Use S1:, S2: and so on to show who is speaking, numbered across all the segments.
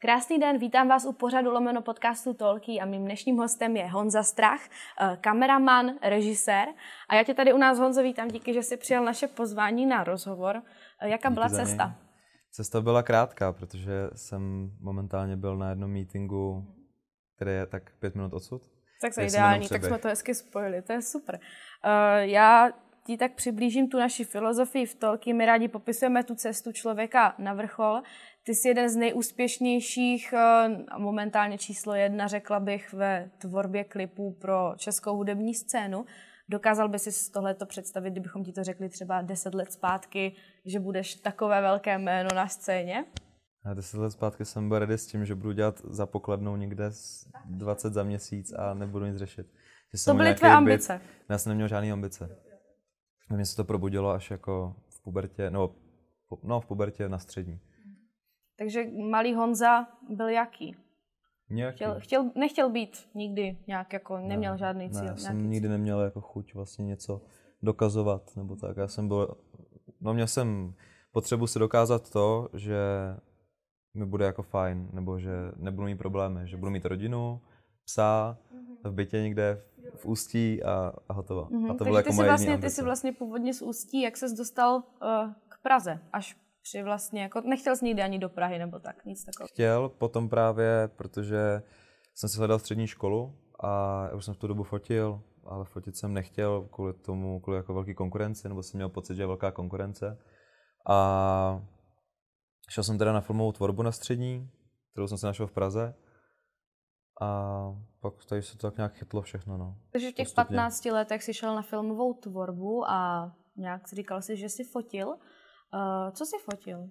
S1: Krásný den, vítám vás u pořadu lomeno podcastu Talky a mým dnešním hostem je Honza Strach, kameraman, režisér. A já tě tady u nás, Honzo, vítám, díky, že jsi přijal naše pozvání na rozhovor. Jaká byla cesta?
S2: Cesta byla krátká, protože jsem momentálně byl na jednom meetingu, který je tak 5 minut odsud.
S1: Tak to je ideální, tak jsme to hezky spojili, to je super. Já ti tak přiblížím tu naši filozofii v Talky. My rádi popisujeme tu cestu člověka na vrchol. Ty jsi jeden z nejúspěšnějších, momentálně číslo 1, řekla bych, ve tvorbě klipů pro českou hudební scénu. Dokázal by si tohleto představit, kdybychom ti to řekli třeba 10 let zpátky, že budeš takové velké jméno na scéně?
S2: A 10 let zpátky jsem byl ready s tím, že budu dělat za pokladnou někde 20 za měsíc a nebudu nic řešit.
S1: To byly tvé ambice?
S2: Já jsem neměl žádný ambice. Mně se to probudilo až jako v pubertě, v pubertě na střední.
S1: Takže malý Honza byl jaký? Nechtěl být nikdy nějak jako, neměl žádný cíl.
S2: Já jsem nikdy neměl jako chuť vlastně něco dokazovat, nebo tak. Měl jsem potřebu si dokázat to, že mi bude jako fajn, nebo že nebudu mít problémy, že budu mít rodinu, psa, v bytě někde v Ústí a hotovo. A to bylo jako moje jediné ambice.
S1: Ty jsi vlastně původně z Ústí, jak ses dostal k Praze, až při vlastně, jako nechtěl jsi nikdy ani do Prahy nebo tak, nic takového?
S2: Chtěl, potom právě, protože jsem si hledal střední školu a já už jsem v tu dobu fotil, ale fotit jsem nechtěl kvůli jako velké konkurenci, nebo jsem měl pocit, že je velká konkurence. A šel jsem teda na filmovou tvorbu na střední, kterou jsem si našel v Praze. A pak tady se to tak nějak chytlo všechno, no.
S1: Takže v těch 15 letech jsi šel na filmovou tvorbu a nějak si říkal si, že jsi fotil. Co jsi fotil?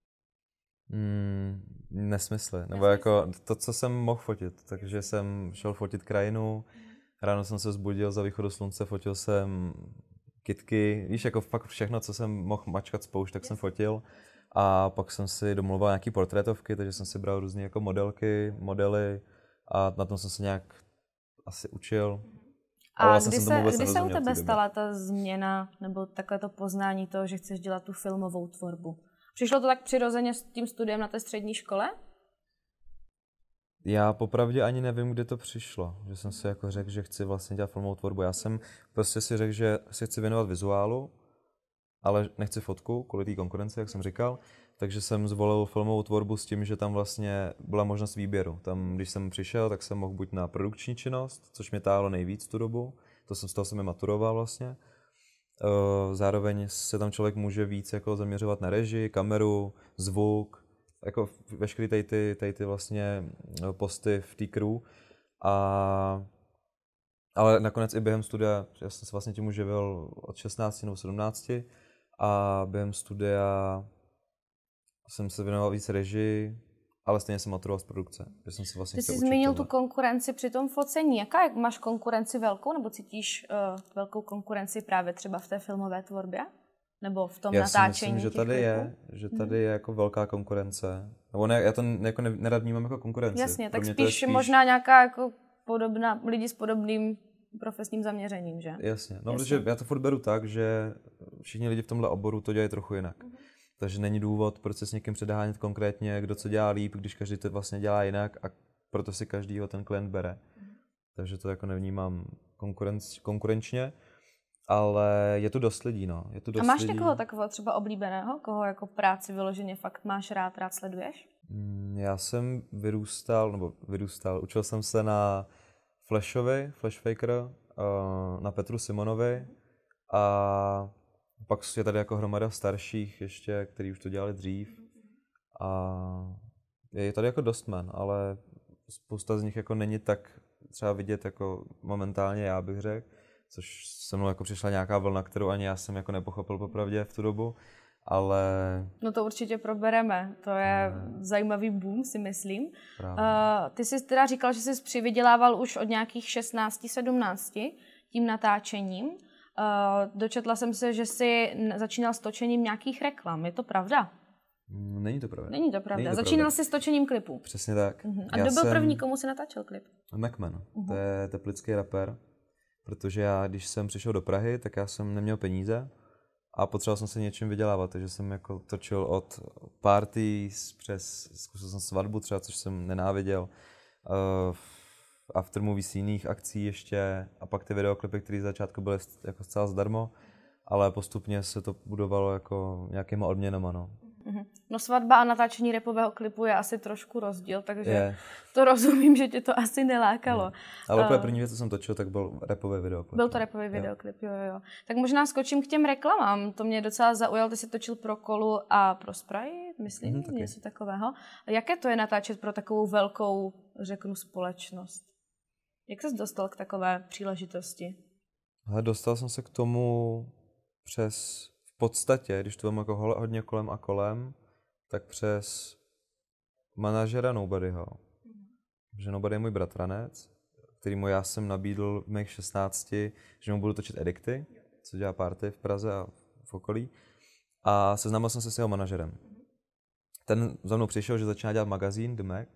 S2: Nesmysly, nebo jako to, co jsem mohl fotit. Takže jsem šel fotit krajinu, ráno jsem se vzbudil za východu slunce, fotil jsem kytky, víš, jako fakt všechno, co jsem mohl mačkat spoušť, tak jsem fotil. A pak jsem si domluval nějaký portrétovky, takže jsem si bral různé jako modely a na tom jsem se nějak asi učil.
S1: A vlastně kdy se u tebe stala ta změna nebo takhle to poznání toho, že chceš dělat tu filmovou tvorbu? Přišlo to tak přirozeně s tím studiem na té střední škole?
S2: Já popravdě ani nevím, kdy to přišlo, že jsem si jako řekl, že chci vlastně dělat filmovou tvorbu. Já jsem prostě si řekl, že si chci věnovat vizuálu, ale nechci fotku kvůli té konkurenci, jak jsem říkal. Takže jsem zvolil filmovou tvorbu s tím, že tam vlastně byla možnost výběru. Tam, když jsem přišel, tak jsem mohl buď na produkční činnost, což mě táhlo nejvíc tu dobu. Z toho jsem maturoval vlastně. Zároveň se tam člověk může víc jako zaměřovat na režii, kameru, zvuk, jako veškeré ty vlastně posty v té crew. Ale nakonec i během studia, já jsem se vlastně tím už živil od 16 nebo 17 a během studia jsem se věnoval víc režii, ale stejně jsem maturoval z produkce.
S1: Ty jsi zmínil tu konkurenci při tom focení. Jaká máš konkurenci velkou, nebo cítíš velkou konkurenci právě třeba v té filmové tvorbě? Nebo v tom natáčení?
S2: Já si myslím, že tady je jako velká konkurence. Nebo ne, já to jako nerad vnímám jako konkurenci.
S1: Jasně, tak spíš možná nějaká jako lidi s podobným profesním zaměřením, že?
S2: Jasně, protože já to furt beru tak, že všichni lidi v tomhle oboru to dělají trochu jinak. Takže není důvod, proč se s někým předhánět konkrétně, kdo co dělá líp, když každý to vlastně dělá jinak a proto si každýho ten klient bere. Takže to jako nevnímám konkurenčně, ale je tu dost lidí, no.
S1: A máš někoho takového třeba oblíbeného, koho jako práci vyloženě fakt máš rád sleduješ?
S2: Já jsem vyrůstal, učil jsem se na Flash Faker, na Petru Simonovi a pak je tady jako hromada starších ještě, kteří už to dělali dřív. A je tady jako dost men, ale spousta z nich jako není tak třeba vidět jako momentálně, já bych řekl. Což se mnou jako přišla nějaká vlna, kterou ani já jsem jako nepochopil popravdě v tu dobu. Ale...
S1: No to určitě probereme. To je zajímavý boom, si myslím. Ty jsi teda říkal, že jsi přivydělával už od nějakých 16, 17 tím natáčením. Dočetla jsem se, že jsi začínal s točením nějakých reklam. Je to pravda?
S2: Není to pravda.
S1: Není to pravda. Začínal jsi s točením klipů.
S2: Přesně tak.
S1: A kdo byl první, komu jsi natáčel klip?
S2: Macman. To je teplický rapper. Protože já, když jsem přišel do Prahy, tak já jsem neměl peníze a potřeboval jsem se něčím vydělávat, takže jsem jako točil od parties přes, zkusil jsem svatbu třeba, což jsem nenáviděl, aftermovies jiných akcí ještě a pak ty videoklipy, které z začátku byly jako zcela zdarma, ale postupně se to budovalo jako nějakýma odměnama, no.
S1: No svatba a natáčení rapového klipu je asi trošku rozdíl, takže to rozumím, že tě to asi nelákalo.
S2: Ale úplně první věc, co jsem točil, tak byl rapový videoklip.
S1: Byl to rapový videoklip, jo. Tak možná skočím k těm reklamám. To mě docela zaujalo, ty jsi točil pro Kolu a pro Sprite, myslím, něco takového. Jaké to je natáčet pro takovou velkou, řeknu, společnost? Jak ses dostal k takové příležitosti?
S2: Dostal jsem se k tomu přes, v podstatě, když to mám jako hodně kolem a kolem, tak přes manažera Nobodyho. Že Nobody je můj bratranec, kterýmu já jsem nabídl v mých 16, že mu budu točit edikty, co dělá party v Praze a v okolí. A seznámil jsem se s jeho manažerem. Ten za mnou přišel, že začíná dělat magazín The Mac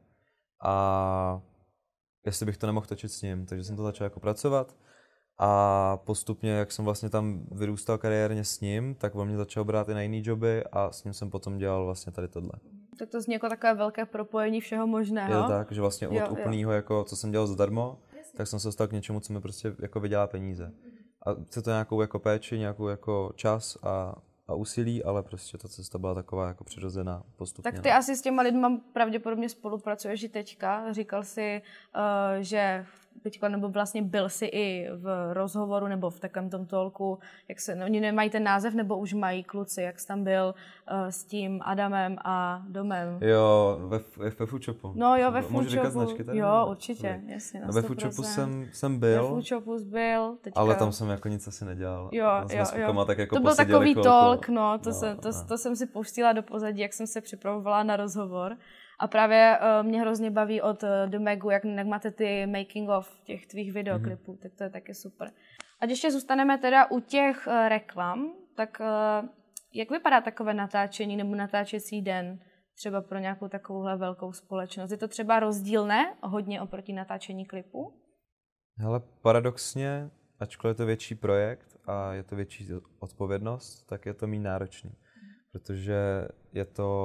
S2: a jestli bych to nemohl točit s ním, takže jsem to začal jako pracovat. A postupně, jak jsem vlastně tam vyrůstal kariérně s ním, tak on mě začal brát i na jiný joby a s ním jsem potom dělal vlastně tady tohle.
S1: Tak to zní jako takové velké propojení všeho možného.
S2: Je to tak, že vlastně od úplného, jako, co jsem dělal zadarmo, tak jsem se dostal k něčemu, co mi prostě jako vydělá peníze. A chce to nějakou jako péči, nějakou jako čas a úsilí, ale prostě ta cesta byla taková jako přirozená postupně.
S1: Tak ty asi s těma lidma pravděpodobně spolupracuješ i teďka. Říkal jsi, že teďka, nebo vlastně byl jsi i v rozhovoru nebo v takovém tom talku, jak se, no, oni nemají ten název, nebo už mají kluci, jak jsi tam byl s tím Adamem a Domem.
S2: Jo, ve Foodshopu.
S1: No jo, ve Foodshopu.
S2: Můžu říkat značky tady?
S1: Jo, určitě, jasně, na 100%.
S2: Ve Foodshopu jsem byl.
S1: Ve Foodshopu jsi byl. Teďka...
S2: Ale tam jsem jako nic asi nedělal.
S1: Jo.
S2: Tak jako
S1: to byl takový talk, no, to jsem si pustila do pozadí, jak jsem se připravovala na rozhovor. A právě mě hrozně baví od The Magu, jak máte ty making of těch tvých videoklipů, tak to je taky super. A ještě zůstaneme teda u těch reklam, tak jak vypadá takové natáčení nebo natáčecí den třeba pro nějakou takovouhle velkou společnost? Je to třeba rozdílné hodně oproti natáčení klipu?
S2: Hele, paradoxně, ačkoliv je to větší projekt a je to větší odpovědnost, tak je to méně náročný, protože je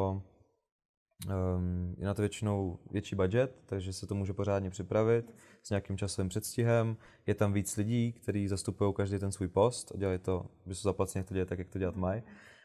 S2: na to většinou větší budget, takže se to může pořádně připravit s nějakým časovým předstihem. Je tam víc lidí, kteří zastupují každý ten svůj post a dělají to, když jsou zaplaceni, jak to dělají tak, jak to dělat mají.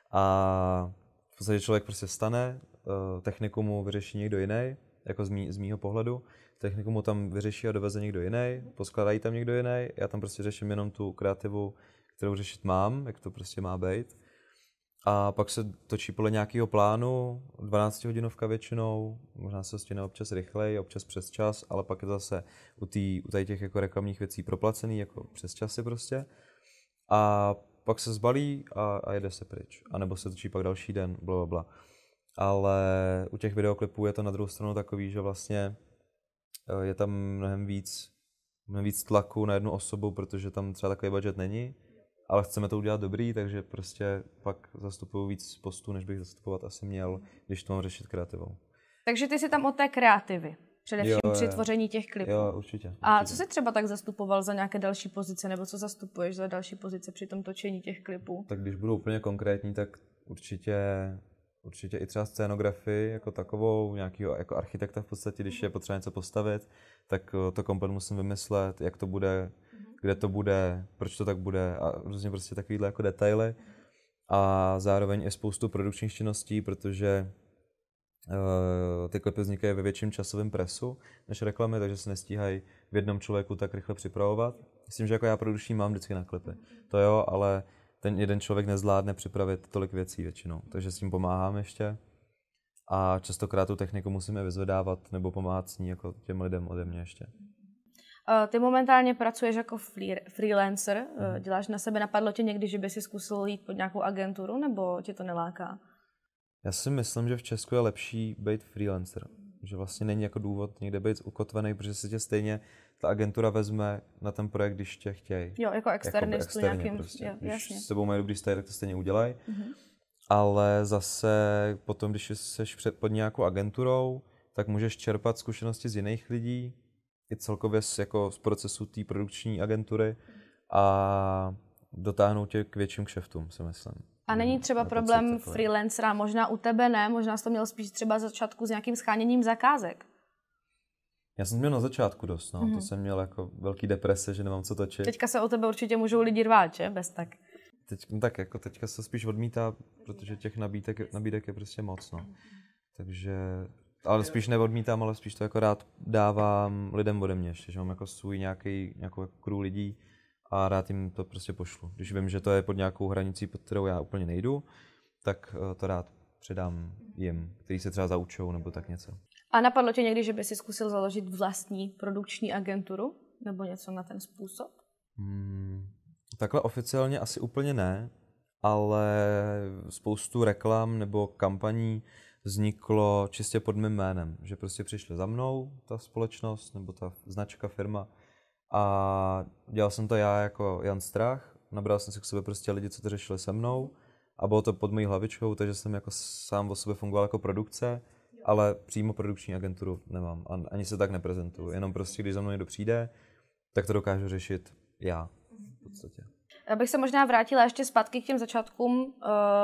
S2: A v podstatě člověk prostě vstane, techniku mu vyřeší někdo jiný, jako z mýho pohledu. Techniku mu tam vyřeší a doveze někdo jiný, poskladají tam někdo jiný. Já tam prostě řeším jenom tu kreativu, kterou řešit mám, jak to prostě má být. A pak se točí podle nějakého plánu, 12hodinovka většinou, možná se stihne občas rychleji, občas přes čas, ale pak je to zase u těch jako reklamních věcí proplacený, jako přes časy prostě. A pak se zbalí a jede se pryč. A nebo se točí pak další den, blablabla. Ale u těch videoklipů je to na druhou stranu takový, že vlastně je tam mnohem víc tlaku na jednu osobu, protože tam třeba takový budget není. Ale chceme to udělat dobrý, takže prostě pak zastupuju víc postů, než bych zastupovat asi měl, když to mám řešit kreativou.
S1: Takže ty jsi tam od té kreativy, především při tvoření těch klipů.
S2: Jo, určitě.
S1: A co jsi třeba tak zastupoval za nějaké další pozice, nebo co zastupuješ za další pozice při tom točení těch klipů?
S2: Tak když budu úplně konkrétní, tak určitě i třeba scénografii jako takovou, nějakého jako architekta v podstatě, když je potřeba něco postavit, tak to komplet musím vymyslet, jak to bude, kde to bude, proč to tak bude a různě prostě takovýhle jako detaily. A zároveň i spoustu produkčních činností, protože ty klipy vznikají ve větším časovém presu než reklamy, takže se nestíhají v jednom člověku tak rychle připravovat. Myslím, že jako já produkční mám vždycky na klipy. To jo, ale ten jeden člověk nezvládne připravit tolik věcí většinou, takže s tím pomáhám ještě. A častokrát tu techniku musíme vyzvedávat nebo pomáhat s ní jako těm lidem ode mě ještě.
S1: Ty momentálně pracuješ jako freelancer, děláš na sebe, napadlo tě někdy, že by si zkusil jít pod nějakou agenturu, nebo tě to neláká?
S2: Já si myslím, že v Česku je lepší být freelancer, že vlastně není jako důvod někde být ukotvený, protože si tě stejně ta agentura vezme na ten projekt, když tě chtějí.
S1: Jo, jako externistu nějakým,
S2: prostě.
S1: Jo,
S2: když
S1: jasně.
S2: s tebou mají dobrý style, tak to stejně udělají. Ale zase potom, když jsi pod nějakou agenturou, tak můžeš čerpat zkušenosti z jiných lidí, i celkově jako z procesu té produkční agentury a dotáhnout tě k větším kšeftům, si myslím.
S1: A není třeba problém freelancera, možná u tebe ne, možná jsi to měl spíš třeba začátku s nějakým scháněním zakázek.
S2: Já jsem měl na začátku dost, no. To jsem měl jako velký deprese, že nemám co točit.
S1: Teďka se o tebe určitě můžou lidi rvát, že? Bez tak.
S2: Teďka se spíš odmítá, protože těch nabídek je prostě moc, no. Takže, ale spíš neodmítám, ale spíš to jako rád dávám lidem ode mě ještě, že mám jako svůj nějakou jako crew lidí a rád jim to prostě pošlu. Když vím, že to je pod nějakou hranicí, pod kterou já úplně nejdu, tak to rád předám jim, kteří se třeba zaučou nebo tak něco.
S1: A napadlo tě někdy, že by si zkusil založit vlastní produkční agenturu? Nebo něco na ten způsob?
S2: Takhle oficiálně asi úplně ne, ale spoustu reklam nebo kampaní vzniklo čistě pod mým jménem. Že prostě přišli za mnou ta společnost nebo ta značka, firma a dělal jsem to já jako Jan Strach. Nabral jsem si k sobě prostě lidi, co to řešili se mnou a bylo to pod mojí hlavičkou, takže jsem jako sám o sobě fungoval jako produkce, ale přímo produkční agenturu nemám. Ani se tak neprezentuju. Jenom prostě, když za mnou někdo přijde, tak to dokážu řešit já v podstatě.
S1: Já bych se možná vrátila ještě zpátky k těm začátkům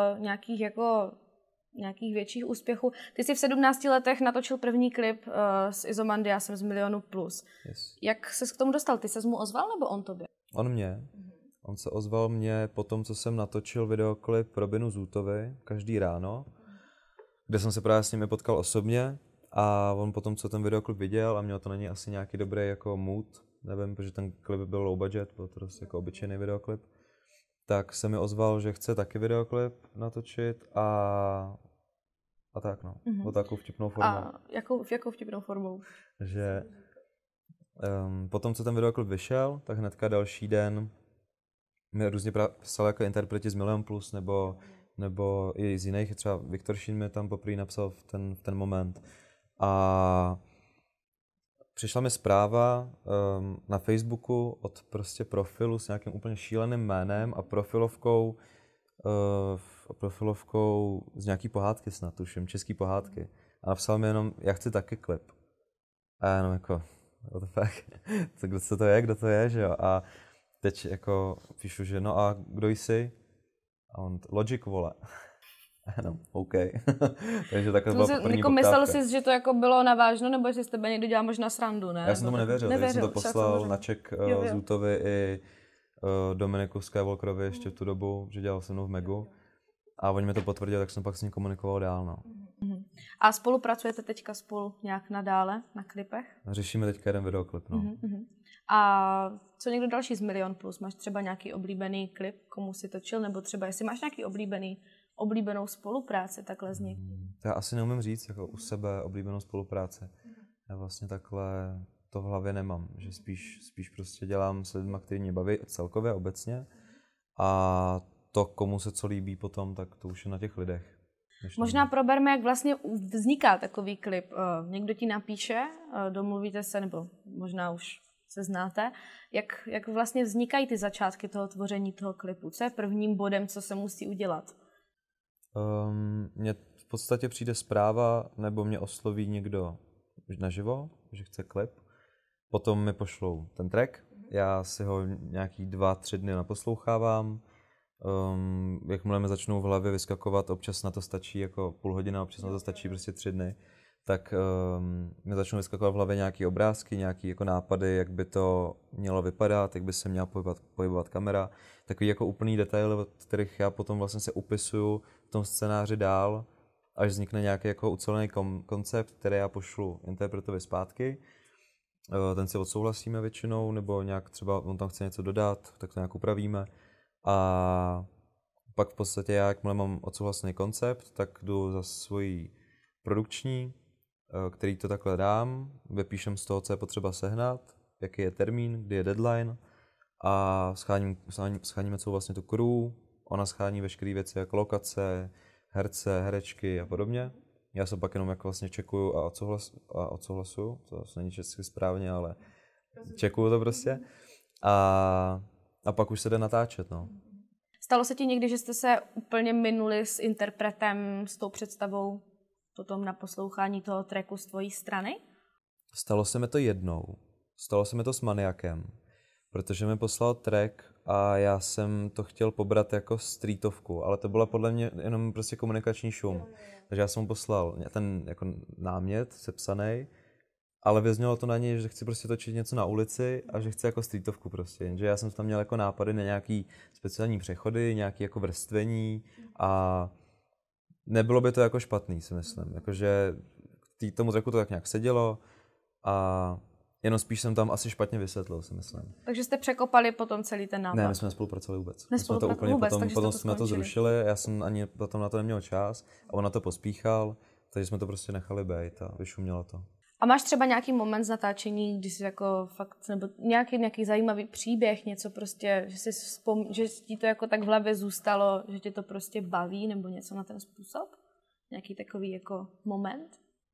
S1: nějakých větších úspěchů. Ty jsi v 17 letech natočil první klip s Izomandiasem z Milionu plus.
S2: Yes.
S1: Jak ses k tomu dostal? Ty ses mu ozval nebo on tobě?
S2: On mě. On se ozval mě po tom, co jsem natočil videoklip Robinu Zútovi každý ráno, kde jsem se právě s nimi potkal osobně a on potom, co ten videoklip viděl a měl to na něj asi nějaký dobrý jako mood, nevím, protože ten klip byl low budget, byl to dost jako obyčejný videoklip, tak se mi ozval, že chce taky videoklip natočit a tak no, o takovou vtipnou formou.
S1: A jakou vtipnou formou?
S2: Že potom, co ten videoklip vyšel, tak hnedka další den mi různě psal jako interpreti z Milion plus nebo i z jiných, třeba Viktor Šín mi tam poprvé napsal v ten moment. A přišla mi zpráva na Facebooku od prostě profilu s nějakým úplně šíleným jménem a profilovkou z nějaký pohádky snad, tuším, český pohádky. A napsal mi jenom, já chci taky klip. A já jenom jako, what the fuck, kdo to je, že jo? A teď jako píšu, že no a kdo jsi? A on, Logic, vole. No, OK. Takže takhle byla první poptávka.
S1: Myslel jsi, že to jako bylo navážno, nebo že z tebe někdo dělal možná srandu, ne?
S2: Já jsem tomu nevěřil, takže jsem to poslal na Czech Zútovi i Dominiku Skywalkerovi ještě v tu dobu, že dělal se mnou v Megu. A oni mi to potvrdili, tak jsem pak s ním komunikoval dál, no.
S1: A spolupracujete teďka spolu nějak nadále na klipech?
S2: Řešíme teďka jeden videoklip, no.
S1: A co někdo další z Milion plus? Máš třeba nějaký oblíbený klip, komu si točil, nebo třeba jestli máš nějaký oblíbenou spolupráci takhle z někým?
S2: To já asi neumím říct, jako u sebe oblíbenou spolupráci. Já vlastně takhle to v hlavě nemám, že spíš prostě dělám s lidmi, kteří mě baví celkově, obecně. A to, komu se co líbí potom, tak to už je na těch lidech.
S1: Možná proberme, jak vlastně vzniká takový klip. Někdo ti napíše, domluvíte se, nebo možná už se znáte. Jak vlastně vznikají ty začátky toho tvoření toho klipu? Co je prvním bodem, co se musí udělat?
S2: Mně v podstatě přijde zpráva, nebo mě osloví někdo naživo, že chce klip. Potom mi pošlou ten track, já si ho nějaký 2-3 dny naposlouchávám. Jakmile mi začnou v hlavě vyskakovat, občas na to stačí jako půl hodina, občas na to stačí prostě 3 dny, tak mi začnou vyskakovat v hlavě nějaké obrázky, nějaké jako nápady, jak by to mělo vypadat, jak by se měla pohybovat kamera. Takový jako úplný detaily, od kterých já potom vlastně se upisuju v tom scénáři dál, až vznikne nějaký jako ucelený koncept, který já pošlu interpretovi zpátky. Ten si odsouhlasíme většinou, nebo nějak třeba on tam chce něco dodat, tak to nějak upravíme. A pak v podstatě já, jakmile mám odsouhlasený koncept, tak jdu za svojí produkční, který to takhle dám, vypíšem z toho, co je potřeba sehnat, jaký je termín, kdy je deadline a scháníme celou vlastně tu crew, ona schání veškeré věci jako lokace, herce, herečky a podobně. Já se pak jenom jako vlastně čekuju a odsouhlasuju, to není česky správně, ale čekuju to prostě. A pak už se jde natáčet, no.
S1: Stalo se ti někdy, že jste se úplně minuli s interpretem, s tou představou potom na poslouchání toho tracku z tvojí strany?
S2: Stalo se mi to jednou. Stalo se mi to s Maniakem. protože mi poslal track a já jsem to chtěl pobrat jako streetovku, ale to byla podle mě jenom prostě komunikační šum. Takže já jsem mu poslal ten jako námět sepsaný, ale vyznělo to na něj, že chci prostě točit něco na ulici a že chci jako streetovku prostě. Jenže já jsem tam měl jako nápady na nějaký speciální přechody, nějaký jako vrstvení a nebylo by to jako špatný, si myslím. Jakože tomu tracku to tak nějak sedělo a jenom spíš jsem tam asi špatně vysvětlil, si myslím.
S1: Takže jste překopali potom celý ten nápad?
S2: Ne, my jsme nespolupracovali vůbec. My jsme to úplně vůbec, potom jsme to zrušili, já jsem ani potom na to neměl čas a on na to pospíchal, takže jsme to prostě nechali být a vyšumělo to.
S1: A máš třeba nějaký moment z natáčení, kdy jsi jako fakt, nebo nějaký zajímavý příběh, něco prostě, že ti to jako tak v hlavě zůstalo, že tě to prostě baví, nebo něco na ten způsob? Nějaký takový jako moment?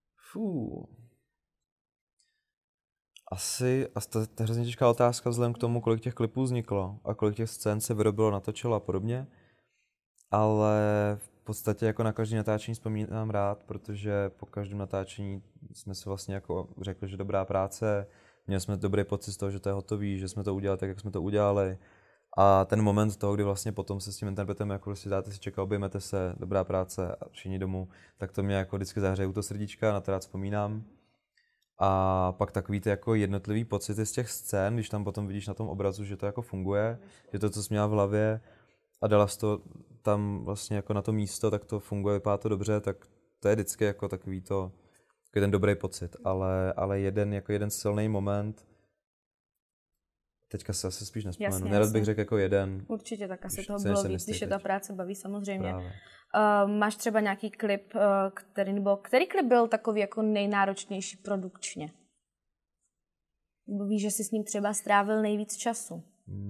S2: Asi, a to je hrozně těžká otázka vzhledem k tomu, kolik těch klipů vzniklo a kolik těch scén se vyrobilo, natočilo a podobně. Ale v podstatě jako na každý natáčení vzpomínám rád, protože po každém natáčení jsme si vlastně jako řekli, že dobrá práce, měli jsme dobrý pocit z toho, že to je hotový, že jsme to udělali tak, jak jsme to udělali. A ten moment toho, kdy vlastně potom se s tím interpretem jako prostě dáte si čekat, obejmete se, dobrá práce a všichni domů, tak to mě jako vždycky zahřeje u toho srdíčka, na to rád vzpomínám. A pak takový ty jako jednotlivý pocity z těch scén, když tam potom vidíš na tom obrazu, že to jako funguje, že to, co jsi měla v hlavě a dala jsi to tam vlastně jako na to místo, tak to funguje, vypadá to dobře, tak to je vždycky jako takový ten dobrý pocit, ale jeden silný moment, teďka se asi spíš nespomenu, nerad bych řekl jako jeden.
S1: Určitě, tak asi toho bylo víc, když je ta práce baví samozřejmě. Máš třeba nějaký klip, který klip byl takový jako nejnáročnější produkčně? Nebo víš, že jsi s ním třeba strávil nejvíc času?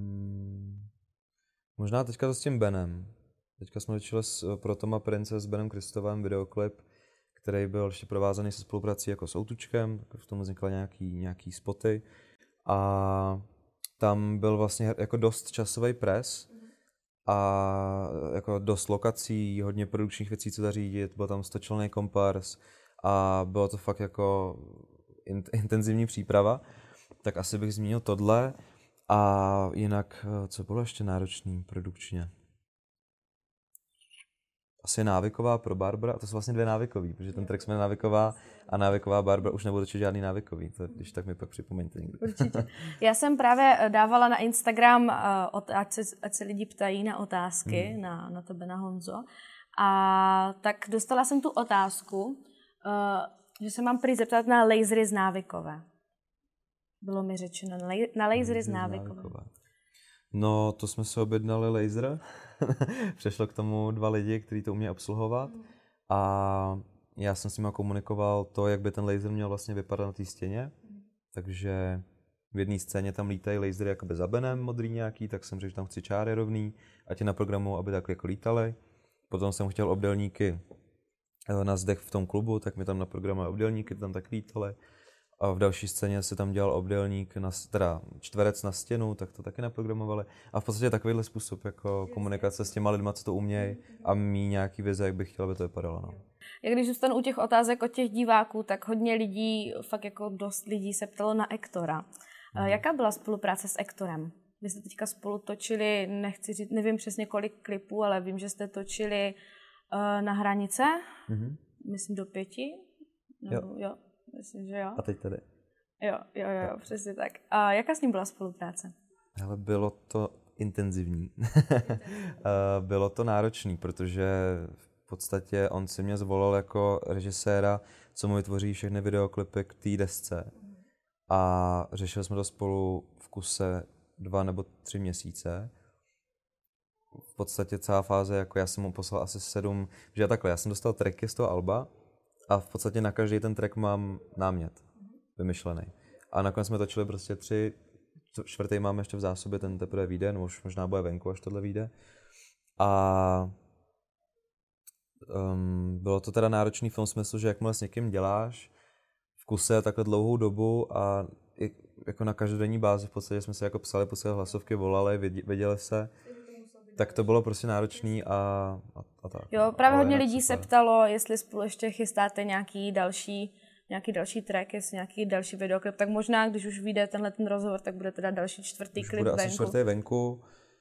S2: Možná teďka to s tím Benem. Teďka jsme točili pro Toma Prince s Benem Kristovem videoklip, který byl ještě provázaný se spoluprací jako s Outučkem, v tom vznikly nějaký spoty a tam byl vlastně jako dost časový pres a jako dost lokací, hodně produkčních věcí, co zařídit, byl tam 100členný kompars a bylo to fakt jako intenzivní příprava, tak asi bych zmínil tohle a jinak, co bylo ještě náročný produkčně? Asi Návyková pro Barbara, to jsou vlastně dvě návykový, protože ten track jsme Návyková a Návyková Barbara už nebudu točit žádný návykový, to, když tak mi pak připomeňte někdy.
S1: Určitě. Já jsem právě dávala na Instagram, ať se lidi ptají na otázky, na tebe, na Honzo, a tak dostala jsem tu otázku, že se mám prý zeptat na lasery z Návykové. Bylo mi řečeno, na lasery z Návykové.
S2: No, to jsme se objednali laser. Přešlo k tomu 2 lidi, kteří to umějí obsluhovat. A já jsem s nimi komunikoval to, jak by ten laser měl vlastně vypadat na té stěně. Takže v jedné scéně tam lítají lasery jakoby za Benem, modrý nějaký, tak jsem řekl, že tam chci čáry rovný a ti na programu, aby tak jako lítaly. Potom jsem chtěl obdélníky na zdech v tom klubu, tak mi tam naprogramovali obdélníky, tam tak lítaly. A v další scéně se tam dělal obdélník, teda čtverec na stěnu, tak to taky naprogramovali. A v podstatě takovýhle způsob jako komunikace s těma lidma, co to umějí a mít nějaký vize, jak bych chtěl, aby to vypadalo. No.
S1: Jak když zůstanu u těch otázek od těch diváků, tak hodně lidí, fakt jako dost lidí se ptalo na Ektora. Jaká byla spolupráce s Ektorem? Vy jste teďka spolu točili, nechci říct, nevím přesně kolik klipů, ale vím, že jste točili na Hranice, myslím do 5. Jo. Myslím, že jo.
S2: A teď tady.
S1: Jo, přesně tak. A jaká s ním byla spolupráce?
S2: Ale bylo to intenzivní. Bylo to náročný, protože v podstatě on si mě zvolil jako režiséra, co mu vytvoří všechny videoklipy k té desce. A řešili jsme to spolu v kuse 2 nebo 3 měsíce. V podstatě celá fáze, jako já jsem mu poslal asi 7, že takhle, já jsem dostal tracky z toho alba, a v podstatě na každý ten track mám námět vymyšlený. A nakonec jsme točili prostě 3, 4. máme ještě v zásobě, ten teprve vyjde, no už možná bude venku, až tohle vyjde. A bylo to teda náročný v tom smyslu, že jakmile s někým děláš v kuse takhle dlouhou dobu a jako na každodenní bázi v podstatě jsme se jako psali, posílali hlasovky, volali, viděli se, tak to bylo prostě náročný a tak.
S1: Jo, právě hodně lidí se ptalo, jestli spolu ještě chystáte nějaký nějaký další track, jestli nějaký další videoklip, tak možná, když už vyjde ten rozhovor, tak bude teda další čtvrtý klip
S2: bude
S1: venku.
S2: Asi čtvrtý venku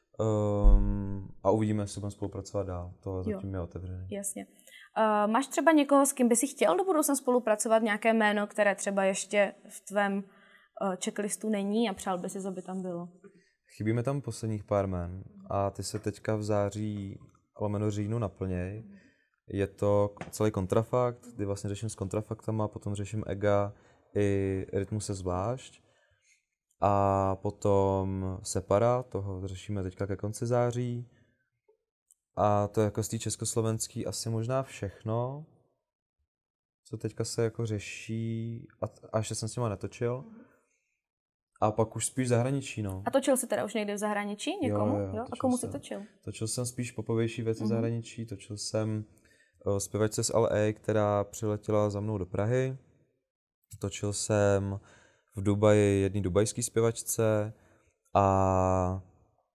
S2: a uvidíme, jestli budeme spolupracovat dál. To zatím je otevřené.
S1: Jasně. Máš třeba někoho, s kým by si chtěl do budoucna spolupracovat, nějaké jméno, které třeba ještě v tvém checklistu není a přál by si, aby tam bylo?
S2: Chybí mi tam posledních pár jmen a ty se teďka v září / říjnu naplněj. Je to celý kontrafakt, kdy vlastně řeším s kontrafaktama, potom řeším Ega i Rytmuse zvlášť. A potom Separa, toho řešíme teďka ke konci září. A to je jako z té československý asi možná všechno, co teďka se jako řeší a ještě jsem s nima netočil. A pak už spíš v zahraničí, no.
S1: A točil jsi teda už někdy v zahraničí někomu?
S2: Jo?
S1: A komu jsi točil?
S2: Točil jsem spíš popovější věci v zahraničí, točil jsem zpěvačce z LA, která přiletěla za mnou do Prahy. Točil jsem v Dubaji jedný dubajský zpěvačce a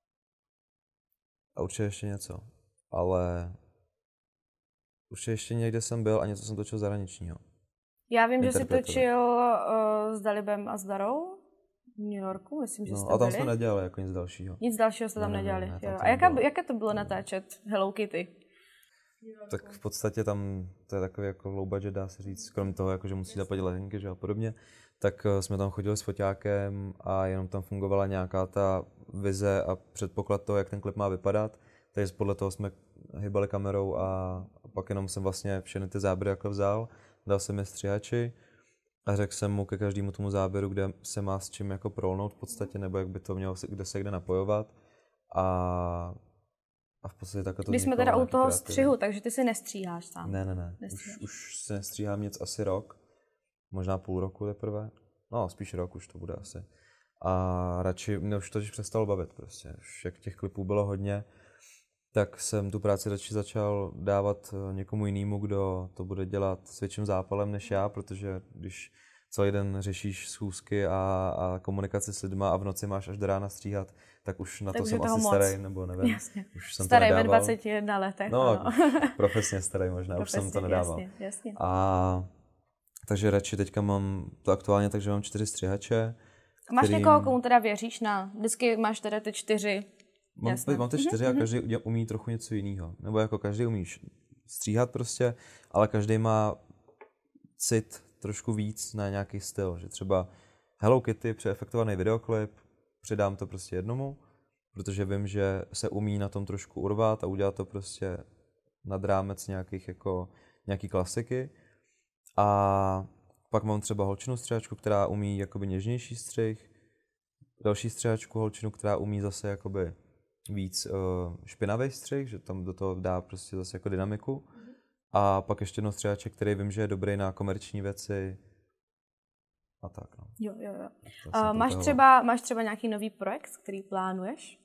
S2: určitě ještě něco. Ale už ještě někde jsem byl a něco jsem točil zahraničního.
S1: Já vím, že jsi točil s Dalibem a s Darou v New Yorku, myslím, že jste byli.
S2: A tam jsme nedělali jako nic dalšího.
S1: Nic dalšího jste tam nedělali.
S2: Ne,
S1: a jaké to bylo natáčet Hello Kitty?
S2: Tak v podstatě tam to je takový jako low budget, dá se říct, kromě toho, jako, že musí zaplatit letenky, že a podobně, tak jsme tam chodili s foťákem a jenom tam fungovala nějaká ta vize a předpoklad toho, jak ten klip má vypadat. Takže podle toho jsme hýbali kamerou a pak jenom jsem vlastně všechny ty záběry jako vzal, dal jsem je střihači a řekl jsem mu ke každému tomu záběru, kde se má s čím jako prolnout v podstatě, nebo jak by to mělo kde napojovat. A v podstatě takhle to
S1: když jsme teda u toho střihu, takže ty si nestříháš sám.
S2: Ne. Už se nestříhám nic asi rok, možná půl roku teprve. No, spíš rok už to bude asi. A radši mě už to přestalo bavit prostě. Už jak těch klipů bylo hodně, tak jsem tu práci radši začal dávat někomu jinému, kdo to bude dělat s větším zápalem než já, protože když celý den řešíš schůzky a komunikaci s lidma a v noci máš až do rána stříhat, tak už na to jsem asi starý, nebo nevím.
S1: Jasně.
S2: Už jsem
S1: starý
S2: to nedával.
S1: ve 21 letech.
S2: No, profesně starý možná, profesně, už jsem to nedával.
S1: Jasně.
S2: Takže radši teďka mám to aktuálně, takže mám 4 střihače.
S1: A máš někoho, komu teda věříš vždycky máš teda ty 4?
S2: Mám ty 4 a každý umí trochu něco jiného. Nebo jako každý umí stříhat prostě, ale každý má cit trošku víc na nějaký styl. Že třeba Hello Kitty, přeefektovaný videoklip, přidám to prostě jednomu, protože vím, že se umí na tom trošku urvat a udělat to prostě nad rámec nějaký klasiky. A pak mám třeba holčinu střihačku, která umí jakoby něžnější střih, další střihačku holčinu, která umí zase jakoby víc špinavý střih, že tam do toho dá prostě zase jako dynamiku. A pak ještě jednou střihaček, který vím, že je dobrý na komerční věci a tak. No.
S1: Jo. Máš třeba nějaký nový projekt, který plánuješ?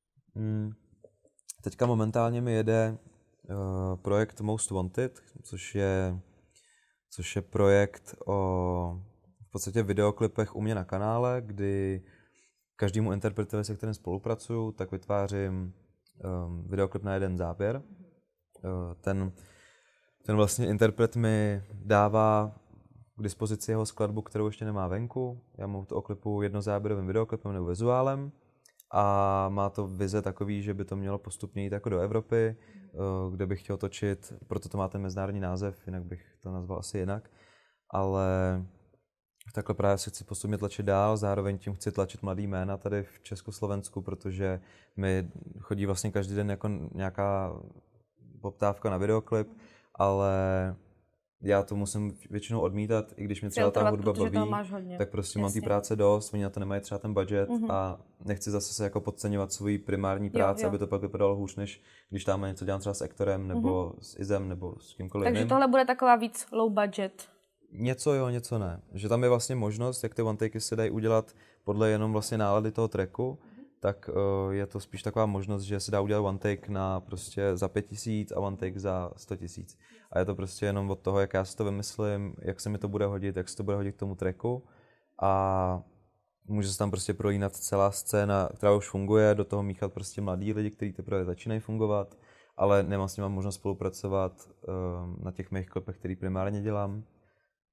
S2: Teďka momentálně mi jede projekt Most Wanted, což je projekt o v podstatě videoklipech u mě na kanále, kdy každému interpretovi, se kterým spolupracuju, tak vytvářím videoklip na jeden záběr. Ten vlastně interpret mi dává k dispozici jeho skladbu, kterou ještě nemá venku. Já mu to oklipu jednozáběrovým videoklipem nebo vizuálem a má to vize takový, že by to mělo postupně jít jako do Evropy, kde bych chtěl točit, proto to má ten mezinárodní název, jinak bych to nazval asi jinak, ale takhle právě se chci postupně tlačit dál, zároveň tím chci tlačit mladý jména tady v Československu, protože mi chodí vlastně každý den jako nějaká poptávka na videoklip, ale já to musím většinou odmítat, i když mě třeba ta hudba baví, tak prostě mám té práce dost, oni na to nemají třeba ten budget a nechci zase se jako podceňovat svoji primární práci, aby to pak vypadalo hůř, než když tam něco dělám třeba s Ektorem, nebo s Izem, nebo s kýmkoliv
S1: Takže
S2: jiným.
S1: tohle bude taková víc low budget.
S2: Něco jo, něco ne. Že tam je vlastně možnost, jak ty one takey se dají udělat podle jenom vlastně nálady toho tracku, tak je to spíš taková možnost, že se dá udělat one take na prostě za 5 000 a one take za 100 000. A je to prostě jenom od toho, jak já si to vymyslím, jak se mi to bude hodit, jak se to bude hodit k tomu tracku. A může se tam prostě prolínat celá scéna, která už funguje, do toho míchat prostě mladí lidi, kteří teprve začínají fungovat, ale nemám s nimi možnost spolupracovat na těch mých klipech, který primárně dělám.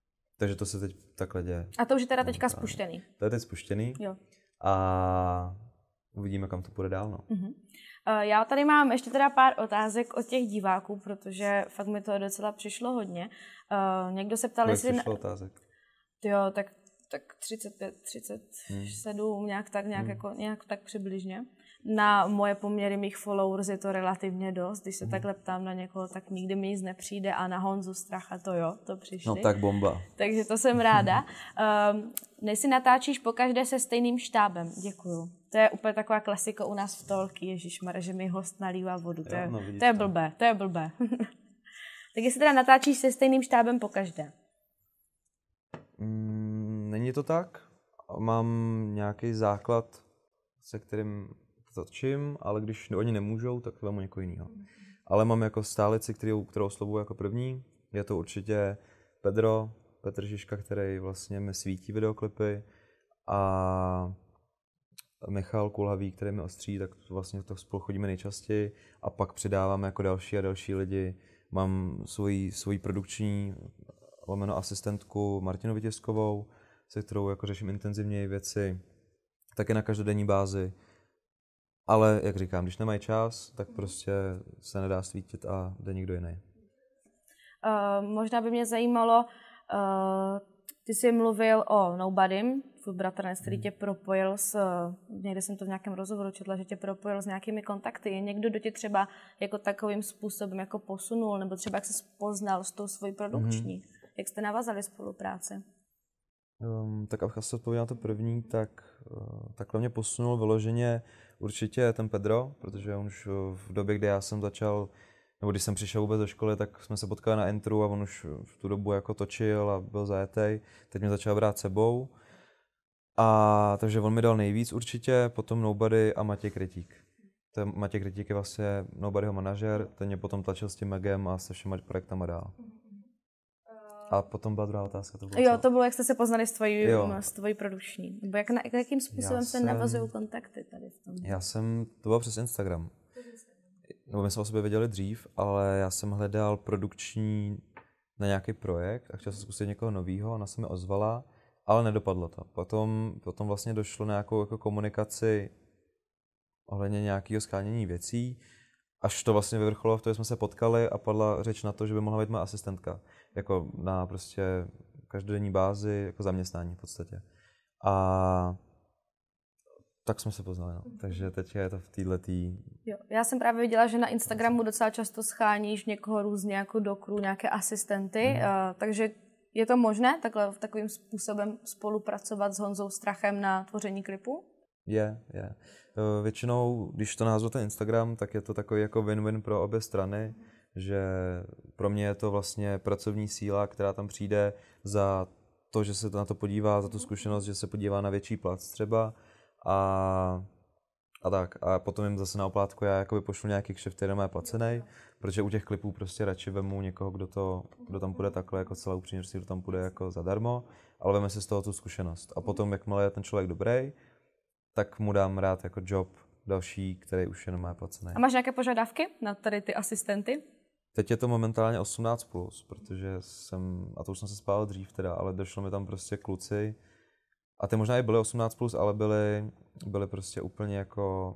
S2: Takže to se teď takhle děje.
S1: A to už je teda teďka spuštěný.
S2: To je teď spuštěný.
S1: Jo.
S2: A uvidíme, kam to půjde dál. No.
S1: Já tady mám ještě teda pár otázek od těch diváků, protože fakt mi to docela přišlo hodně. Někdo se ptal, jestli...
S2: přišlo otázek?
S1: Jo, tak 35, 37, nějak tak přibližně. Na moje poměry mých followers je to relativně dost. Když se takhle ptám na někoho, tak nikdy mi nic nepřijde a na Honzu Stracha to přišli.
S2: No tak bomba.
S1: Takže to jsem ráda. Než si natáčíš pokaždé se stejným štábem. Děkuju. To je úplně taková klasika u nás v Talky, ježišmarja, že mi host nalívá vodu. To je blbé. Tak jestli teda natáčíš se stejným štábem pokaždé.
S2: Není to tak. Mám nějaký základ, se kterým točím, ale když oni nemůžou, tak to mám někoho jiného. Ale mám jako stálici, kterou oslovuji jako první. Je to určitě Petr Žižka, který vlastně mi svítí videoklipy, a Michal Kulhavý, který mi ostří, tak vlastně to spolu chodíme nejčastěji, a pak přidávám jako další a další lidi. Mám svoji produkční asistentku Martinu Vytězkovou, se kterou jako řeším intenzivněji věci, taky na každodenní bázi. Ale jak říkám, když nemají čas, tak prostě se nedá svítit a jde někdo jiný.
S1: Možná by mě zajímalo, ty jsi mluvil o Nobodym, tvůj bratranec, který tě propojil někde jsem to v nějakém rozhovoru četla, že tě propojil s nějakými kontakty. Je někdo, kdo tě třeba jako takovým způsobem jako posunul, nebo třeba jak jsi poznal s tou svojí produkční? Jak jste navazali spolupráci?
S2: Tak abych se odpověděl na to první, takhle mě posunul vyloženě určitě ten Pedro, protože on už v době, kdy já jsem začal, nebo když jsem přišel vůbec do školy, tak jsme se potkali na Entru a on už v tu dobu jako točil a byl zajetej. Teď mě začal brát sebou. A takže on mi dal nejvíc určitě, potom Nobody a Matěj Krytík. Matěj Krytík je vlastně Nobodyho manažer, ten mě potom tlačil s tím Megem a se všema projektama dál. A potom byla druhá otázka.
S1: To bylo, jak jste se poznali s tvojí produkční. Nebo jakým způsobem se navazují kontakty tady v tom?
S2: To bylo přes Instagram. Nebo my jsme o sobě věděli dřív, ale já jsem hledal produkční na nějaký projekt a chtěl jsem zkusit někoho novýho, ona se mi ozvala, ale nedopadlo to. Potom vlastně došlo na nějakou jako komunikaci ohledně nějakého shánění věcí, až to vlastně vyvrcholilo v to, že jsme se potkali a padla řeč na to, že by mohla být moje asistentka. Jako na prostě každodenní bázi, jako zaměstnání v podstatě. A tak jsme se poznali, no. Takže teď je to v této.
S1: Jo, já jsem právě viděla, že na Instagramu docela často scháníš někoho různě jako do crew, nějaké asistenty, takže je to možné takovým způsobem spolupracovat s Honzou Strachem na tvoření klipu?
S2: Je. Většinou, když to nazvu ten Instagram, tak je to takový jako win-win pro obě strany, že pro mě je to vlastně pracovní síla, která tam přijde za to, že se na to podívá, za tu zkušenost, že se podívá na větší plac třeba a tak. A potom jim zase na oplátku já jakoby pošlu nějaký kšeft, který má placený, protože u těch klipů prostě radši vemu někoho, kdo tam půjde takhle jako celá upřímně, kdo tam půjde jako zadarmo, ale veme si z toho tu zkušenost. A potom, jakmile je ten člověk dobrý, tak mu dám rád jako job další, který už jenom má placený.
S1: A máš nějaké požadavky na tady ty asistenty?
S2: Teď je to momentálně 18+, protože a to už jsem se spál dřív teda, ale došlo mi tam prostě kluci, a ty možná i byli 18+, ale byli prostě úplně jako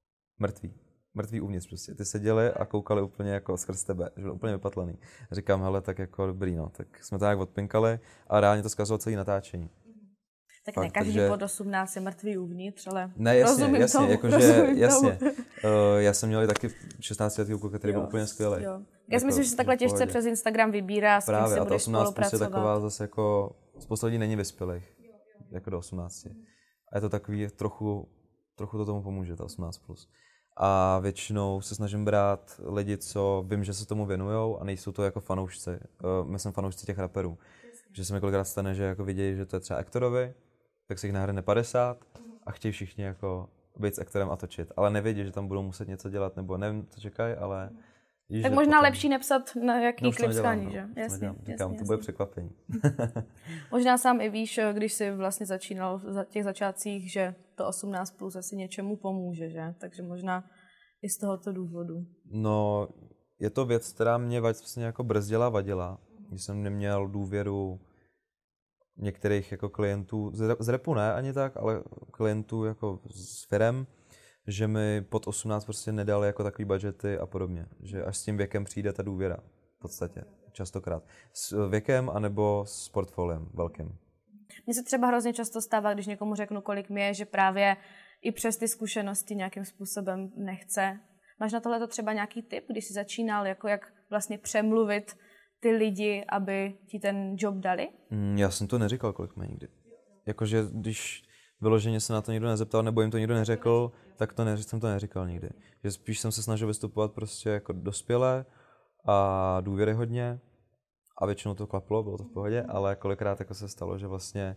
S2: mrtví uvnitř prostě. Ty seděli a koukali úplně jako skrz tebe, že byl úplně vypatlaný. Říkám, hele, tak jako dobrý, no, tak jsme to nějak odpinkali a reálně to zkazilo celé natáčení.
S1: Tak ne každý pod 18 je mrtvý uvnitř, ale
S2: ne, jasně,
S1: rozumím tomu.
S2: Jasně. Já jsem měl taky 16letý kluka, který byl úplně skvělý.
S1: Jo. Já si myslím, že se takhle těžce přes Instagram vybírá, s kým se budeš spolupracovat. Právě, a to 18+ je taková
S2: zase jako, spousta lidí není vyspělých, jako do 18. A je to takový, trochu to tomu pomůže, ta 18+. A většinou se snažím brát lidi, co vím, že se tomu věnujou a nejsou to jako fanoušci. My jsme fanoušci těch raperů. Že se mi kolikrát stane, že jako vidějí, že to je třeba aktorovi, tak se jich nahrne 50 a chtějí všichni jako být s aktorem a točit. Ale nevědí, že tam budou muset něco dělat, nebo nevím, co čekají, ale...
S1: Tak možná potom lepší nepsat na jaký klip skání, že?
S2: Jasně. Říkám, to bude překvapení.
S1: Možná sám i víš, když jsi vlastně začínal v těch začátcích, že to 18+ asi něčemu pomůže, že? Takže možná i z tohoto důvodu.
S2: No, je to věc, která mě vlastně jako brzdila, vadila. Když jsem neměl důvěru některých jako klientů, z repu ne ani tak, ale klientů jako z firem, že mi pod 18 prostě nedali jako takový budgety a podobně. Že až s tím věkem přijde ta důvěra v podstatě, častokrát. S věkem anebo s portfoliem velkým.
S1: Mně se třeba hrozně často stává, když někomu řeknu, kolik mi je, že právě i přes ty zkušenosti nějakým způsobem nechce. Máš na tohle třeba nějaký tip, když jsi začínal, jako jak vlastně přemluvit ty lidi, aby ti ten job dali?
S2: Já jsem to neříkal, kolik mě nikdy. Jakože když vyloženě se na to nikdo nezeptal, nebo jim to nikdo neřekl, tak jsem to neříkal nikdy. Že spíš jsem se snažil vystupovat prostě jako dospělé a důvěryhodně a většinou to klaplo, bylo to v pohodě, ale kolikrát jako se stalo, že vlastně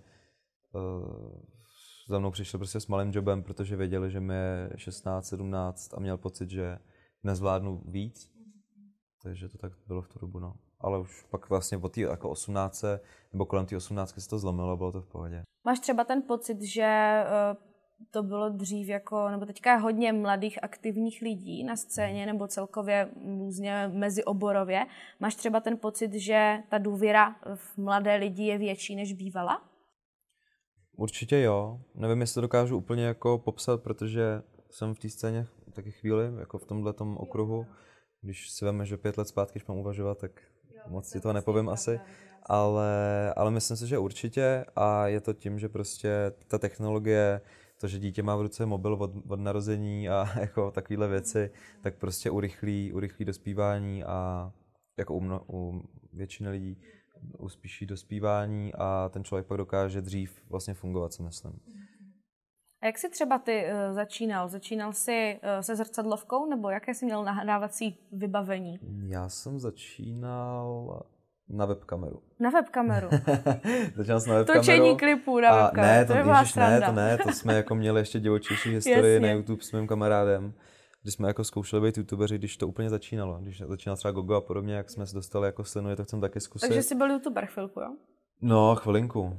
S2: za mnou přišel prostě s malým jobem, protože věděli, že mi je 16, 17 a měl pocit, že nezvládnu víc. Takže to tak bylo v tu dobu, no. Ale už pak vlastně po té jako 18 nebo kolem té 18 se to zlomilo, bylo to v pohodě.
S1: Máš třeba ten pocit, že to bylo dřív jako, nebo teďka je hodně mladých aktivních lidí na scéně, nebo celkově různě mezioborově. Máš třeba ten pocit, že ta důvěra v mladé lidi je větší, než bývala?
S2: Určitě jo. Nevím, jestli to dokážu úplně jako popsat, protože jsem v té scéně taky chvíli, jako v tomhletom okruhu. Když si veme, že 5 let zpátky, když mám uvažovat, tak moc si toho nepovím asi. Ale myslím si, že určitě a je to tím, že prostě ta technologie, to, že dítě má v ruce mobil od narození a jako takovéhle věci, tak prostě urychlí dospívání a jako u většiny lidí uspíší dospívání a ten člověk pak dokáže dřív vlastně fungovat, si myslím.
S1: A jak jsi třeba ty začínal? Začínal jsi se zrcadlovkou nebo jaké jsi měl nahrávací vybavení?
S2: Já jsem začínal na webkameru.
S1: Na webkameru?
S2: Začínal jsem na webkameru.
S1: Točení klipů na webkameru.
S2: To jsme jako měli ještě divočejší historii na YouTube s mým kamarádem, kdy jsme jako zkoušeli být youtubeři, když to úplně začínalo. Když začínal třeba Gogo a podobně, jak jsme se dostali jako slinu, to chcem taky zkusit.
S1: Takže jsi byl youtuber chvilku, jo?
S2: No, chvilinku.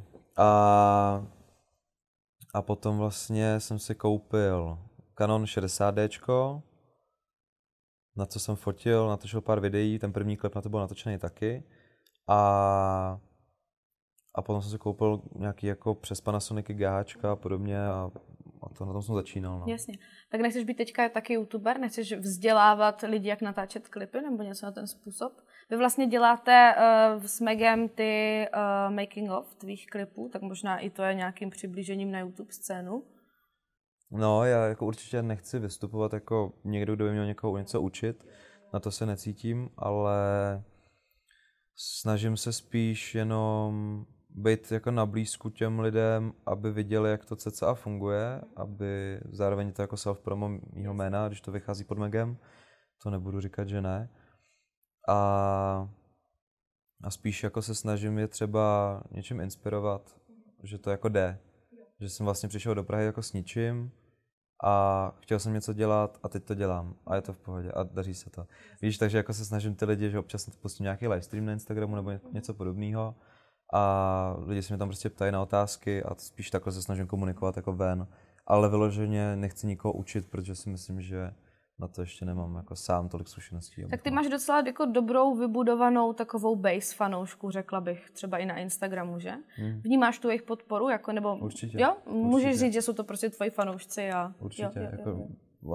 S2: A potom vlastně jsem si koupil Canon 60D, na co jsem fotil, natočil pár videí, ten první klip na to byl natočený taky. A potom jsem si koupil nějaký jako přes Panasonicy GH a podobně a to na tom jsem začínal. No.
S1: Jasně. Tak nechceš být teďka taky youtuber? Nechceš vzdělávat lidi, jak natáčet klipy nebo něco na ten způsob? Vy vlastně děláte s Megem ty making of tvých klipů, tak možná i to je nějakým přiblížením na YouTube scénu.
S2: No, já jako určitě nechci vystupovat jako někdo, kdo by měl někoho něco učit, na to se necítím, ale snažím se spíš jenom být jako na blízku těm lidem, aby viděli, jak to cca funguje, aby zároveň to jako self-promo mýho jména, když to vychází pod Megem, to nebudu říkat, že ne. A spíš jako se snažím je třeba něčím inspirovat, že to jako jde. Že jsem vlastně přišel do Prahy jako s ničím a chtěl jsem něco dělat a teď to dělám a je to v pohodě a daří se to. Víš, takže jako se snažím ty lidi, že občas pustím nějaký livestream na Instagramu nebo něco podobného a lidi se mě tam prostě ptají na otázky a spíš takhle se snažím komunikovat jako ven. Ale vyloženě nechci nikoho učit, protože si myslím, že na to ještě nemám jako sám tolik zkušeností.
S1: Tak ty máš docela jako dobrou vybudovanou takovou base fanoušku, řekla bych, třeba i na Instagramu, že? Vnímáš tu jejich podporu? Jako, nebo,
S2: určitě.
S1: Jo? Můžeš
S2: určitě.
S1: říct, že jsou to prostě tvoji fanoušci a...
S2: Určitě.
S1: Jo.
S2: Jako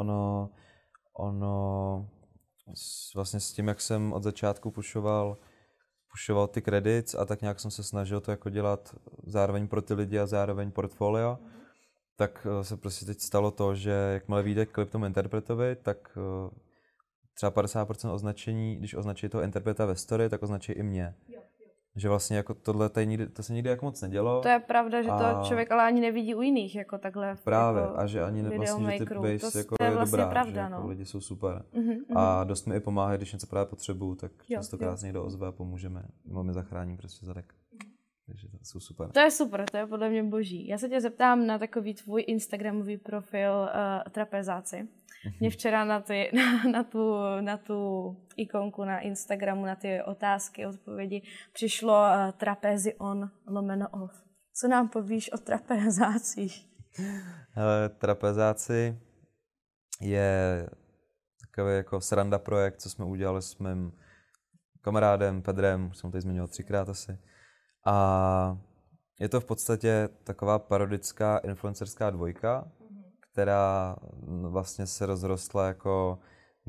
S2: ono vlastně s tím, jak jsem od začátku pushoval ty credits a tak nějak jsem se snažil to jako dělat zároveň pro ty lidi a zároveň portfolio, tak se prostě teď stalo to, že jakmile vyjde klip tomu interpretovi, tak třeba 50% označení, když označí toho interpreta ve story, tak označí i mě. Že vlastně jako tohle to se nikdy jako moc nedělo.
S1: To je pravda, že to člověk ale ani nevidí u jiných, jako takhle.
S2: Právě,
S1: jako
S2: a že ani vlastně, že ty base jako je
S1: vlastně
S2: dobrá,
S1: pravda,
S2: že jako
S1: no.
S2: lidi jsou super. A dost mi i pomáhají, když něco právě potřebuju, tak častokrát někdo ozve a pomůžeme. Mě zachrání prostě zadek. Takže to jsou super.
S1: To je super, to je podle mě boží. Já se tě zeptám na takový tvůj instagramový profil trapezáci. Mě včera na tu ikonku na Instagramu, na ty otázky, odpovědi přišlo trapézy on/off. Co nám povíš o trapezácích?
S2: Trapezáci je takový jako sranda projekt, co jsme udělali s mým kamarádem Pedrem, už jsem tady zmiňoval 3krát asi. A Je to v podstatě taková parodická influencerská dvojka, která vlastně se rozrostla jako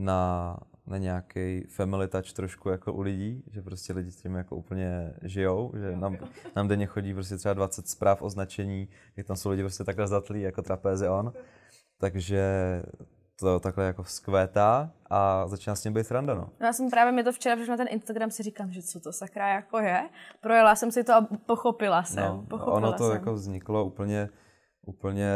S2: na nějaký family touch trošku jako u lidí, že prostě lidi tím jako úplně žijou, že nám denně chodí prostě třeba 20 zpráv označení, jak tam jsou lidi prostě takhle zdatlí jako Trapézy on, takže to takhle jako vzkvétá a začíná s tím být sranda, no.
S1: Já jsem právě mi to včera přišla na ten Instagram, si říkám, že co to sakra jako je. Projela jsem si to a pochopila jsem.
S2: Ono to jako vzniklo úplně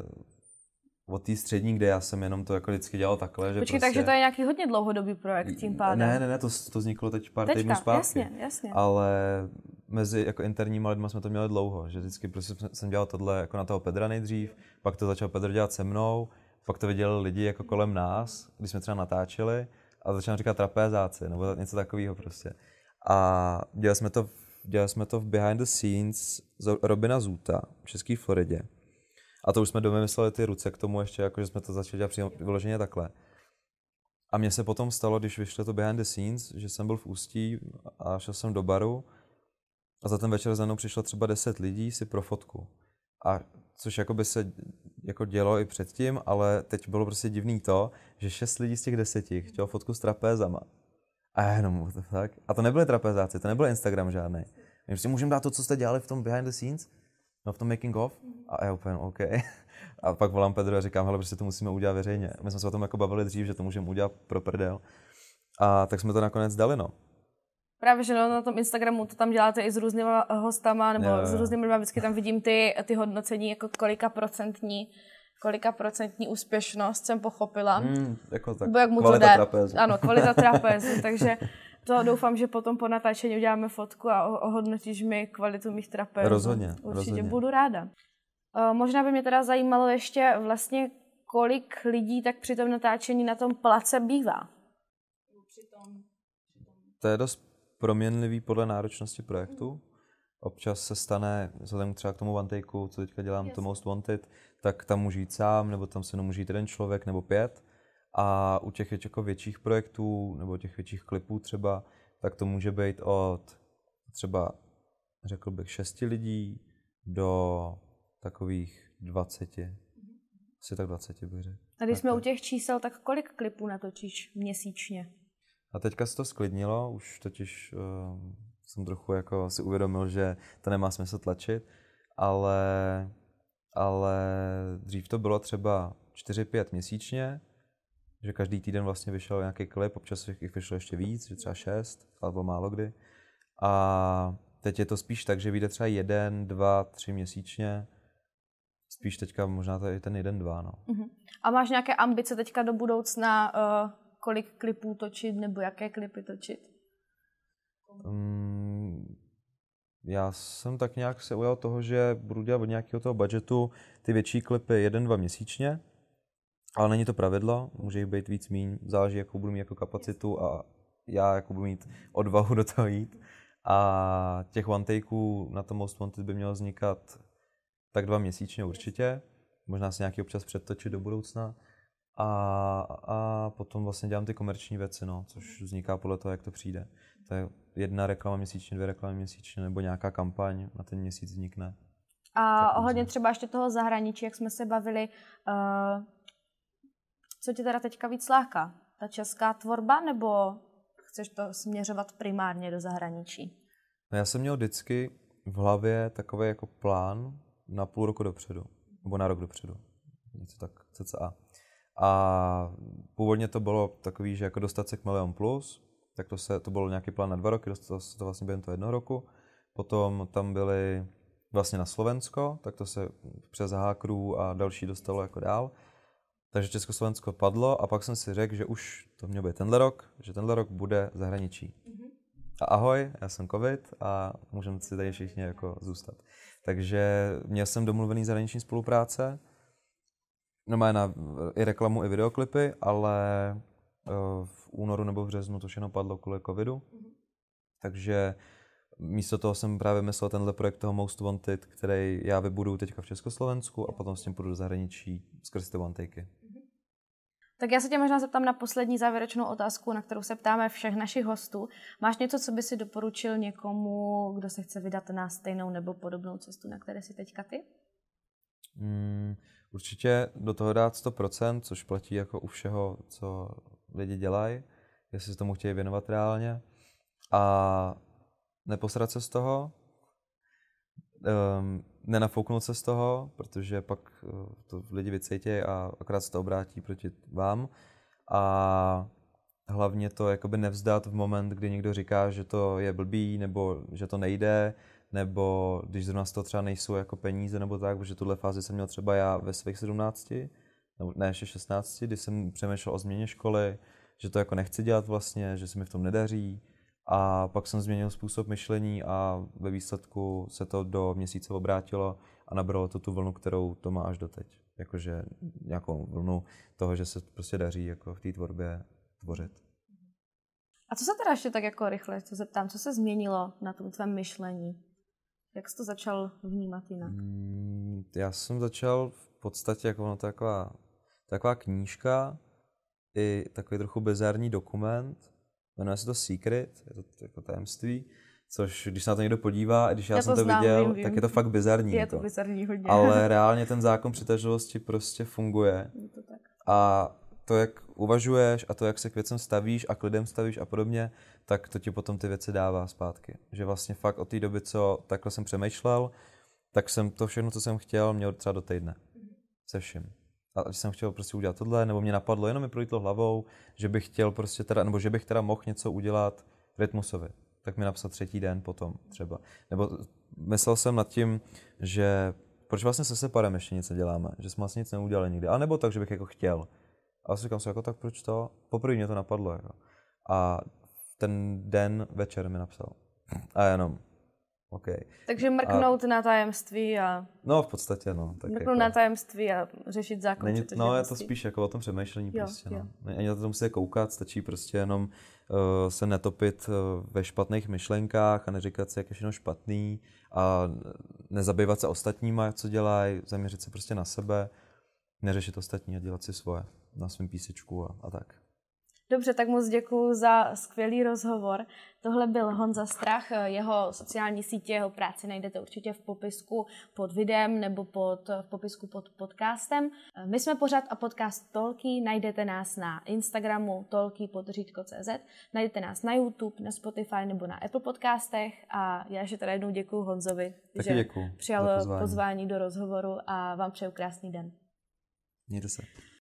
S2: od té střední, kde já jsem jenom to jako vždycky dělal takhle, že
S1: Počkej,
S2: prostě...
S1: takže to je nějaký hodně dlouhodobý projekt tím pádem.
S2: Ne, to vzniklo teď pár týdnů zpátky.
S1: Jasně.
S2: Ale mezi jako interníma lidma jsme to měli dlouho, že vždycky prostě jsem dělal tohle jako na toho Pedra nejdřív, pak to začal Pedr dělat se mnou, pak to viděli lidi jako kolem nás, když jsme třeba natáčeli a začal říkat trapézáci nebo něco takového prostě. A dělali jsme to v Behind the Scenes z Robina Zuta v České Floridě. A to už jsme domysleli ty ruce k tomu ještě, jako že jsme to začali dělat vyloženě takhle. A mně se potom stalo, když vyšlo to Behind the Scenes, že jsem byl v Ústí a šel jsem do baru a za ten večer za mnou přišlo třeba 10 lidí si pro fotku. A což jako by se jako dělo i předtím, ale teď bylo prostě divný to, že 6 lidí z těch 10 chtělo fotku s trapézama. A já jenom, tak. A to nebyly trapézáci, to nebyl Instagram žádný. My prostě můžeme dát to, co jste dělali v tom Behind the Scenes, no v tom making of. A já úplně OK. A pak volám Pedro a říkám, hele, prostě to musíme udělat veřejně. My jsme se o tom jako bavili dřív, že to můžeme udělat pro prdel. A tak jsme to nakonec dali, no.
S1: Právě, že na tom Instagramu to tam děláte i s různýma hostama, nebo s různými lidmi, vždycky tam vidím ty hodnocení, jako kolika procentní úspěšnost jsem pochopila.
S2: Jako tak,
S1: jak mu
S2: kvalita
S1: to jde.
S2: trapézu.
S1: Ano, kvalita trapézu, takže to doufám, že potom po natáčení uděláme fotku a ohodnotíš mi kvalitu mých trapézů.
S2: Rozhodně.
S1: Určitě budu ráda. Možná by mě teda zajímalo ještě vlastně, kolik lidí tak při tom natáčení na tom place bývá.
S2: To je dost proměnlivý podle náročnosti projektu. Občas se stane, vzhledem třeba k tomu one takeu, co teďka dělám, to Most Wanted, tak tam můžu jít sám, nebo tam se může jít jeden člověk, nebo 5. A u těch jako větších projektů, nebo těch větších klipů třeba, tak to může být od třeba, řekl bych, 6 lidí do takových 20. Asi tak 20 bych řekl.
S1: A když jsme u těch čísel, tak kolik klipů natočíš měsíčně?
S2: A teďka se to sklidnilo, už totiž jsem trochu jako si uvědomil, že to nemá smysl tlačit, ale dřív to bylo třeba 4-5 měsíčně, že každý týden vlastně vyšel nějaký klip, občas jich vyšlo ještě víc, že třeba 6, ale bylo málo kdy. A teď je to spíš tak, že vyjde třeba 1, 2, 3 měsíčně, spíš teďka možná to je ten 1, 2, no.
S1: A máš nějaké ambice teďka do budoucna, kolik klipů točit nebo jaké klipy točit?
S2: Já jsem tak nějak se ujal toho, že budu dělat od nějakého toho budgetu ty větší klipy 1, 2 měsíčně, ale není to pravidlo, může jich být víc míň, záleží, jakou budu mít jako kapacitu a já jako budu mít odvahu do toho jít. A těch one takeů na tom Most Wanted by mělo vznikat tak 2 měsíčně určitě, možná se nějaký občas předtočit do budoucna. A potom vlastně dělám ty komerční věci, no, což vzniká podle toho, jak to přijde. To je 1 reklama měsíčně, 2 reklamy měsíčně, nebo nějaká kampaň na ten měsíc vznikne.
S1: A ohledně třeba ještě toho zahraničí, jak jsme se bavili, co tě teda teďka víc láká? Ta česká tvorba, nebo chceš to směřovat primárně do zahraničí?
S2: No, já jsem měl vždycky v hlavě takový jako plán na půl roku dopředu, nebo na rok dopředu, něco tak cca. A původně to bylo takový, že jako dostat se k Milion Plus, tak to bylo nějaký plán na 2 roky, dostal se to vlastně během toho 1 roku. Potom tam byli vlastně na Slovensko, tak to se přes Hákrů a další dostalo jako dál. Takže Československo padlo a pak jsem si řekl, že už to měl být tenhle rok, že tenhle rok bude zahraničí. A ahoj, já jsem covid a můžeme si tady všichni jako zůstat. Takže měl jsem domluvený zahraniční spolupráce, normálně na i reklamu, i videoklipy, ale v únoru nebo v březnu to všechno padlo kvůli covidu. Takže místo toho jsem právě myslel tenhle projekt toho Most Wanted, který já vybuduju teďka v Československu a potom s tím půjdu do zahraničí skrz ty one takey.
S1: Tak já se tě možná zeptám na poslední závěrečnou otázku, na kterou se ptáme všech našich hostů. Máš něco, co by si doporučil někomu, kdo se chce vydat na stejnou nebo podobnou cestu, na které jsi teďka ty?
S2: Určitě do toho dát 100%, což platí jako u všeho, co lidi dělají, jestli se tomu chtějí věnovat reálně. A neposrat se z toho, nenafouknout se z toho, protože pak to lidi vycejtějí a akorát se to obrátí proti vám. A hlavně to jakoby nevzdat v moment, kdy někdo říká, že to je blbý, nebo že to nejde, nebo když zrovna z toho třeba nejsou jako peníze nebo tak, protože tuhle fázi jsem měl třeba já ve svých 17, nebo ne, ještě 16, kdy jsem přemýšlel o změně školy, že to jako nechci dělat vlastně, že se mi v tom nedaří. A pak jsem změnil způsob myšlení a ve výsledku se to do měsíce obrátilo a nabralo to tu vlnu, kterou to má až doteď. Jakože nějakou vlnu toho, že se prostě daří jako v té tvorbě tvořit.
S1: A co se teda ještě tak jako rychle se zeptám, co se změnilo na tom tvém myšlení? Jak jsi to začal vnímat jinak?
S2: Já jsem začal v podstatě jako ono taková knížka i takový trochu bizarní dokument. Jmenuje se to Secret, je to jako tajemství, což když se na to někdo podívá, a když já jsem to viděl, tak je to fakt bizarní.
S1: Je to bizarní hodně.
S2: Ale reálně ten zákon přitažlivosti prostě funguje.
S1: Je to tak.
S2: A to, jak uvažuješ a to, jak se k věcem stavíš a k lidem stavíš a podobně, tak to ti potom ty věci dává zpátky. Že vlastně fakt od té doby, co takhle jsem přemýšlel, tak jsem to všechno, co jsem chtěl, měl třeba do týdne. Se vším. A když jsem chtěl prostě udělat tohle, nebo mě napadlo, jenom mi prolítlo hlavou, že bych chtěl prostě teda, nebo že bych teda mohl něco udělat Rytmusovi, tak mi napsal 3. den potom třeba. Nebo myslel jsem nad tím, že proč vlastně se Separem ještě nic neděláme, že jsme vlastně nic neudělali nikdy, a nebo tak, že bych jako chtěl. A říkám si, jako tak proč to? Poprvé mě to napadlo. Jako. A ten den večer mi napsal. A jenom, OK.
S1: Takže mrknout na tajemství a...
S2: No v podstatě, no. Tak
S1: mrknout na tajemství a řešit zákon.
S2: No je to spíš jako o tom přemýšlení prostě, no. Ani na to musíte koukat, stačí prostě jenom se netopit ve špatných myšlenkách a neříkat si, jak je všechno špatný a nezabývat se ostatníma, co dělají, zaměřit se prostě na sebe, neřešit ostatní a dělat si svoje na svém písečku a tak.
S1: Dobře, tak moc děkuju za skvělý rozhovor. Tohle byl Honza Strach, jeho sociální sítě, jeho práci najdete určitě v popisku pod videem nebo v popisku pod podcastem. My jsme pořad a podcast Talky, najdete nás na Instagramu talky_cz, najdete nás na YouTube, na Spotify nebo na Apple podcastech a já ještě teda jednou děkuju Honzovi, že přijal pozvání do rozhovoru a vám přeju krásný den.
S2: Mějte se.